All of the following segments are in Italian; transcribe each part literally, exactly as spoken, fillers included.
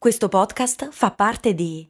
Questo podcast fa parte di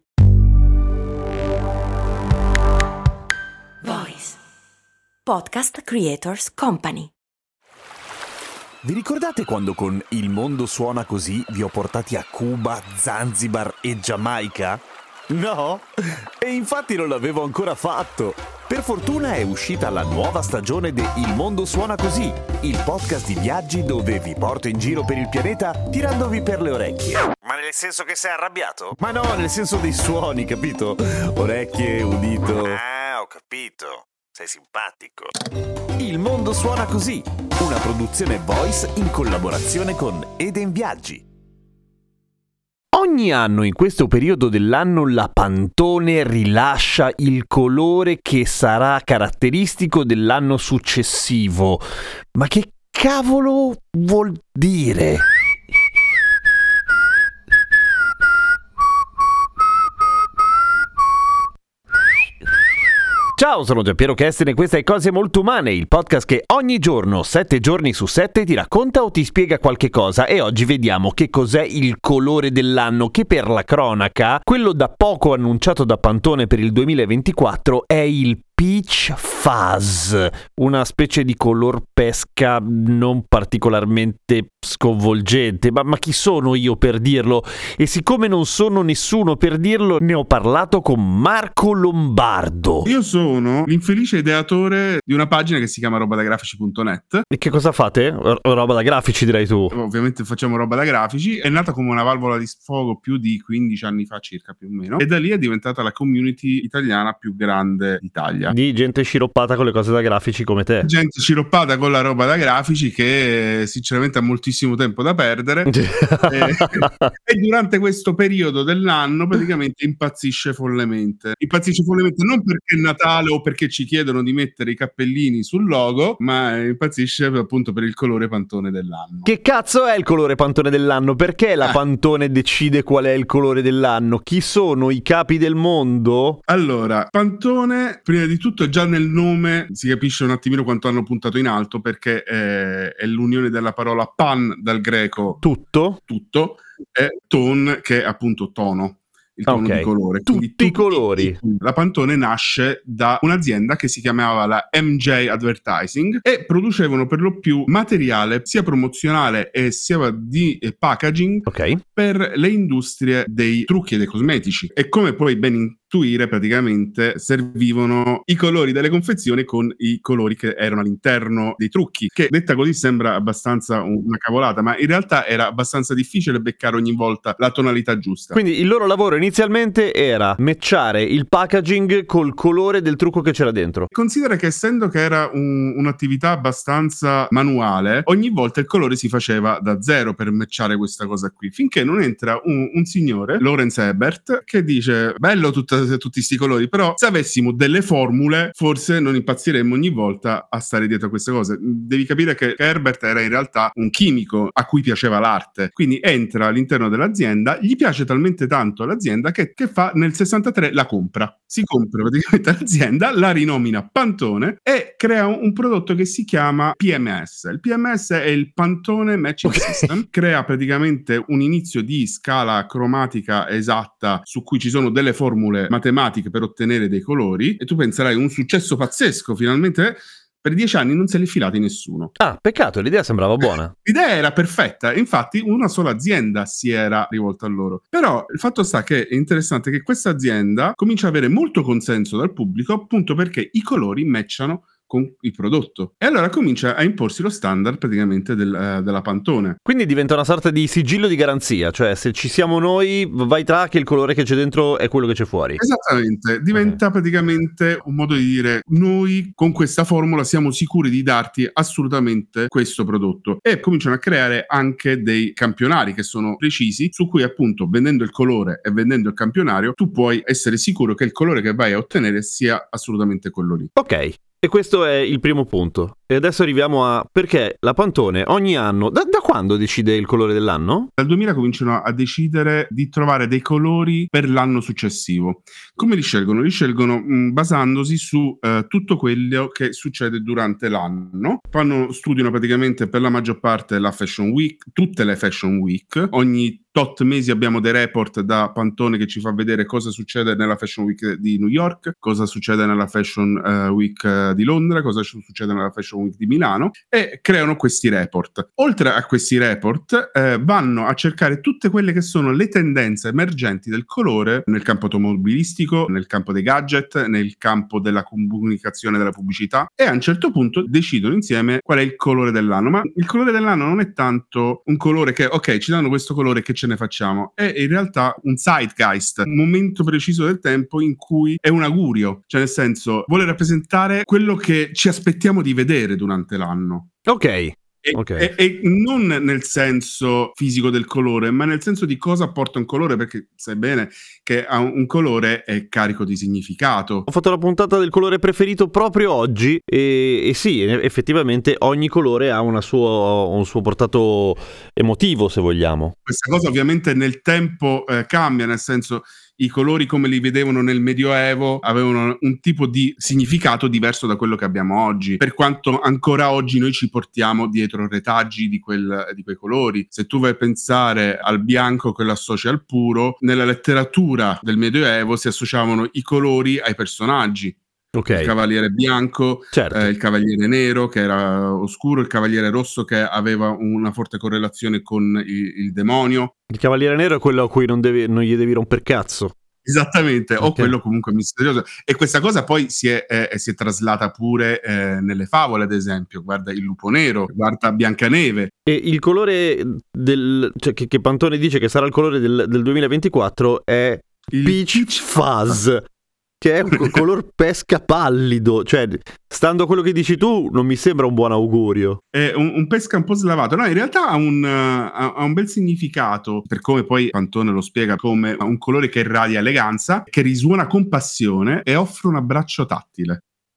Voice Podcast Creators Company. Vi ricordate quando con Il mondo suona così vi ho portati a Cuba, Zanzibar e Giamaica? No? E infatti non l'avevo ancora fatto. Per fortuna è uscita la nuova stagione di Il mondo suona così, il podcast di viaggi dove vi porto in giro per il pianeta tirandovi per le orecchie. Ma nel senso che sei arrabbiato? Ma no, nel senso dei suoni, capito? Orecchie, udito. Ah, ho capito. Sei simpatico. Il mondo suona così, una produzione Voice in collaborazione con Eden Viaggi. Ogni anno in questo periodo dell'anno la Pantone rilascia il colore che sarà caratteristico dell'anno successivo. Ma che cavolo vuol dire? Ciao, sono Giampiero Kesten e questa è Cose Molto Umane, il podcast che ogni giorno, sette giorni su sette, ti racconta o ti spiega qualche cosa. E oggi vediamo che cos'è il colore dell'anno, che per la cronaca, quello da poco annunciato da Pantone per il duemilaventiquattro è il Peach Fuzz, una specie di color pesca non particolarmente sconvolgente, ma, ma chi sono io per dirlo? E siccome non sono nessuno per dirlo, ne ho parlato con Marco Lombardo. Io sono l'infelice ideatore di una pagina che si chiama roba da grafici punto net. E che cosa fate? R- roba da grafici, direi tu. Ovviamente facciamo roba da grafici. È nata come una valvola di sfogo più di quindici anni fa circa, più o meno, e da lì è diventata la community italiana più grande d'Italia. Di gente sciroppata con le cose da grafici come te. Gente sciroppata con la roba da grafici che sinceramente ha moltissimo tempo da perdere e, e durante questo periodo dell'anno praticamente impazzisce follemente. Impazzisce follemente non perché è Natale o perché ci chiedono di mettere i cappellini sul logo, ma impazzisce appunto per il colore Pantone dell'anno. Che cazzo è il colore Pantone dell'anno? Perché la Pantone decide qual è il colore dell'anno? Chi sono i capi del mondo? Allora, Pantone, prima di tutto già nel nome si capisce un attimino quanto hanno puntato in alto, perché è, è l'unione della parola pan dal greco tutto, tutto e ton, che è appunto tono, il tono okay. di colore. Tutti, tutti i colori. La Pantone nasce da un'azienda che si chiamava la M J Advertising e producevano per lo più materiale sia promozionale e sia di packaging, okay, per le industrie dei trucchi e dei cosmetici. E come puoi ben intuire, praticamente servivano i colori delle confezioni con i colori che erano all'interno dei trucchi, che detta così sembra abbastanza una cavolata, ma in realtà era abbastanza difficile beccare ogni volta la tonalità giusta. Quindi il loro lavoro inizialmente era matchare il packaging col colore del trucco che c'era dentro. Considera che essendo che era un, un'attività abbastanza manuale, ogni volta il colore si faceva da zero per matchare questa cosa qui, finché non entra un, un signore, Lawrence Ebert, che dice: bello tutta, tutti sti colori, però se avessimo delle formule forse non impazziremmo ogni volta a stare dietro a queste cose. Devi capire che Herbert era in realtà un chimico a cui piaceva l'arte, quindi entra all'interno dell'azienda, gli piace talmente tanto l'azienda che, che fa nel sessantatré la compra, si compra praticamente l'azienda, la rinomina Pantone e crea un, un prodotto che si chiama P M S. Il P M S è il Pantone Matching Okay. System, crea praticamente un inizio di scala cromatica esatta su cui ci sono delle formule matematiche per ottenere dei colori, e tu penserai un successo pazzesco, finalmente. Per dieci anni non se li è filati nessuno. Ah, peccato, l'idea sembrava buona. L'idea era perfetta, infatti una sola azienda si era rivolta a loro. Però il fatto sta che è interessante che questa azienda comincia ad avere molto consenso dal pubblico, appunto perché i colori matchano con il prodotto. E allora comincia a imporsi lo standard praticamente del, uh, della Pantone. Quindi diventa una sorta di sigillo di garanzia, cioè se ci siamo noi vai tra che il colore che c'è dentro è quello che c'è fuori. Esattamente, diventa okay. praticamente un modo di dire: noi con questa formula siamo sicuri di darti assolutamente questo prodotto, e cominciano a creare anche dei campionari che sono precisi, su cui appunto vendendo il colore e vendendo il campionario tu puoi essere sicuro che il colore che vai a ottenere sia assolutamente quello lì. Ok. E questo è il primo punto. E adesso arriviamo a perché la Pantone ogni anno, da, da quando decide il colore dell'anno? Dal duemila cominciano a decidere di trovare dei colori per l'anno successivo. Come li scelgono? Li scelgono mh, basandosi su uh, tutto quello che succede durante l'anno. Fanno, studiano praticamente per la maggior parte la Fashion Week, tutte le Fashion Week, ogni tot mesi abbiamo dei report da Pantone che ci fa vedere cosa succede nella Fashion Week di New York, cosa succede nella Fashion uh, Week uh, di Londra, cosa succede nella Fashion Week di Milano, e creano questi report. Oltre a questi report eh, vanno a cercare tutte quelle che sono le tendenze emergenti del colore nel campo automobilistico, nel campo dei gadget, nel campo della comunicazione, della pubblicità, e a un certo punto decidono insieme qual è il colore dell'anno. Ma il colore dell'anno non è tanto un colore che, ok, ci danno questo colore, che ce ne facciamo? È in realtà un zeitgeist, un momento preciso del tempo in cui è un augurio, cioè nel senso vuole rappresentare quello che ci aspettiamo di vedere durante l'anno. Ok. E, Okay. e, e non nel senso fisico del colore, ma nel senso di cosa porta un colore, perché sai bene che un colore è carico di significato. Ho fatto la puntata del colore preferito proprio oggi e, e sì, effettivamente ogni colore ha una sua, un suo portato emotivo, se vogliamo. Questa cosa ovviamente nel tempo eh, cambia, nel senso i colori come li vedevano nel Medioevo avevano un tipo di significato diverso da quello che abbiamo oggi, per quanto ancora oggi noi ci portiamo dietro retaggi di, quel, di quei colori. Se tu vai a pensare al bianco che lo associa al puro, nella letteratura del Medioevo si associavano i colori ai personaggi. Okay. Il cavaliere bianco, certo. eh, il cavaliere nero che era oscuro, il cavaliere rosso che aveva una forte correlazione con il, il demonio. Il cavaliere nero è quello a cui non, devi, non gli devi romper cazzo. Esattamente, okay. O quello comunque misterioso. E questa cosa poi si è, eh, si è traslata pure eh, nelle favole, ad esempio. Guarda il lupo nero, guarda Biancaneve. E il colore del, cioè, che, che Pantone dice che sarà il colore del, del duemilaventiquattro è il Peach, Peach Fuzz. Che è un color pesca pallido, cioè stando a quello che dici tu non mi sembra un buon augurio. È un, un pesca un po' slavato, no, in realtà ha un, uh, ha un bel significato, per come poi Pantone lo spiega, come un colore che irradia eleganza, che risuona con passione e offre un abbraccio tattile.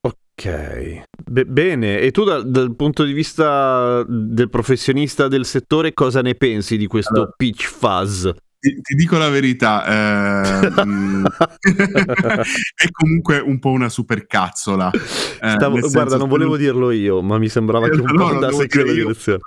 Ok, Be- bene, e tu da, dal punto di vista del professionista del settore cosa ne pensi di questo allora. Peach Fuzz? Ti, ti dico la verità, eh, è comunque un po' una supercazzola. Eh, Stavo, guarda, non volevo non... dirlo io, ma mi sembrava eh, che un no, po' andasse in quella direzione.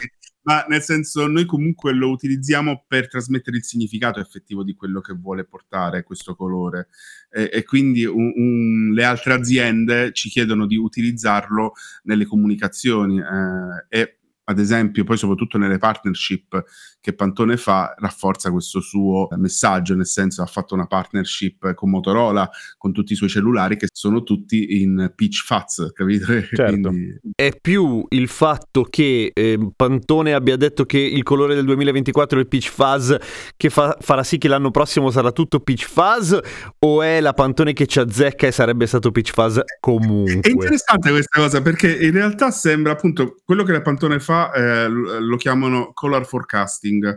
Ma nel senso, noi comunque lo utilizziamo per trasmettere il significato effettivo di quello che vuole portare questo colore. E, e quindi un, un, le altre aziende ci chiedono di utilizzarlo nelle comunicazioni. Eh, e ad esempio, poi soprattutto nelle partnership che Pantone fa, rafforza questo suo messaggio, nel senso ha fatto una partnership con Motorola, con tutti i suoi cellulari che sono tutti in Peach Fuzz, capito? Certo. Quindi... È più il fatto che eh, Pantone abbia detto che il colore del duemilaventiquattro è il Peach Fuzz che fa- farà sì che l'anno prossimo sarà tutto Peach Fuzz, o è la Pantone che ci azzecca e sarebbe stato Peach Fuzz comunque? È interessante questa cosa, perché in realtà sembra appunto quello che la Pantone fa Eh, lo chiamano color forecasting,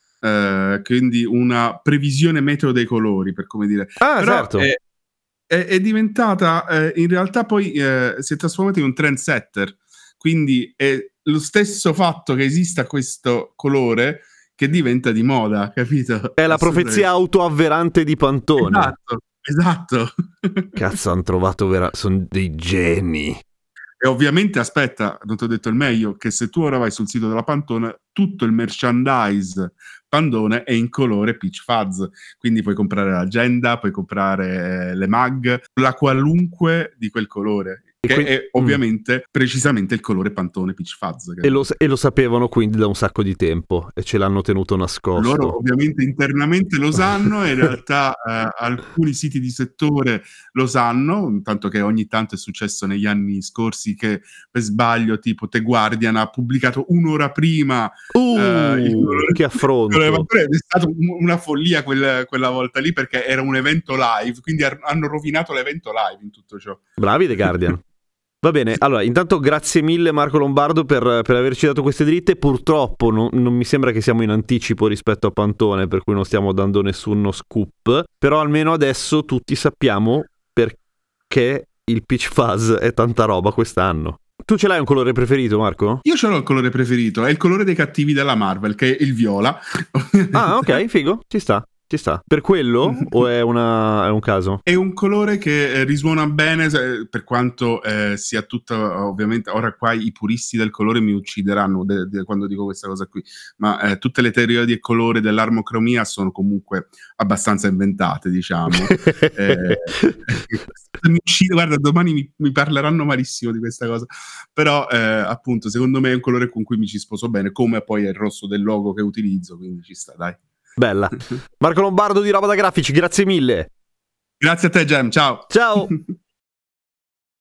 eh, quindi una previsione meteo dei colori, per come dire. Ah, però certo. è, è, è diventata eh, in realtà poi eh, si è trasformata in un trendsetter, quindi è lo stesso fatto che esista questo colore che diventa di moda, capito? È la profezia autoavverante di Pantone. Esatto, esatto. Cazzo, hanno trovato vera... sono dei geni. E ovviamente, aspetta, non ti ho detto il meglio, che se tu ora vai sul sito della Pantone, tutto il merchandise Pantone è in colore Peach Fuzz, quindi puoi comprare l'agenda, puoi comprare le mag, la qualunque di quel colore, che quindi, è ovviamente mm. precisamente il colore Pantone Peach Fuzz. E lo, e lo sapevano quindi da un sacco di tempo e ce l'hanno tenuto nascosto. Loro ovviamente internamente lo sanno, in realtà eh, alcuni siti di settore lo sanno, tanto che ogni tanto è successo negli anni scorsi che per sbaglio tipo The Guardian ha pubblicato un'ora prima uh, eh, il colore, che affronto. È stata una follia quel, quella volta lì, perché era un evento live, quindi hanno rovinato l'evento live in tutto ciò. Bravi The Guardian. Va bene, allora intanto grazie mille Marco Lombardo per, per averci dato queste dritte. Purtroppo non, non mi sembra che siamo in anticipo rispetto a Pantone, per cui non stiamo dando nessuno scoop, però almeno adesso tutti sappiamo perché il Peach Fuzz è tanta roba quest'anno. Tu ce l'hai un colore preferito, Marco? Io ce l'ho il colore preferito, è il colore dei cattivi della Marvel, che è il viola. Ah, ok, figo, ci sta. ci sta. Per quello o è, una, è un caso? È un colore che eh, risuona bene, se, per quanto eh, sia tutta, ovviamente, ora qua i puristi del colore mi uccideranno de, de, quando dico questa cosa qui, ma eh, tutte le teorie di colore dell'armocromia sono comunque abbastanza inventate, diciamo. eh, mi uccide, guarda, domani mi, mi parleranno malissimo di questa cosa, però eh, appunto secondo me è un colore con cui mi ci sposo bene, come poi è il rosso del logo che utilizzo, quindi ci sta, dai. Bella. Marco Lombardo di Roba da Grafici, grazie mille. Grazie a te, Gem, ciao. Ciao.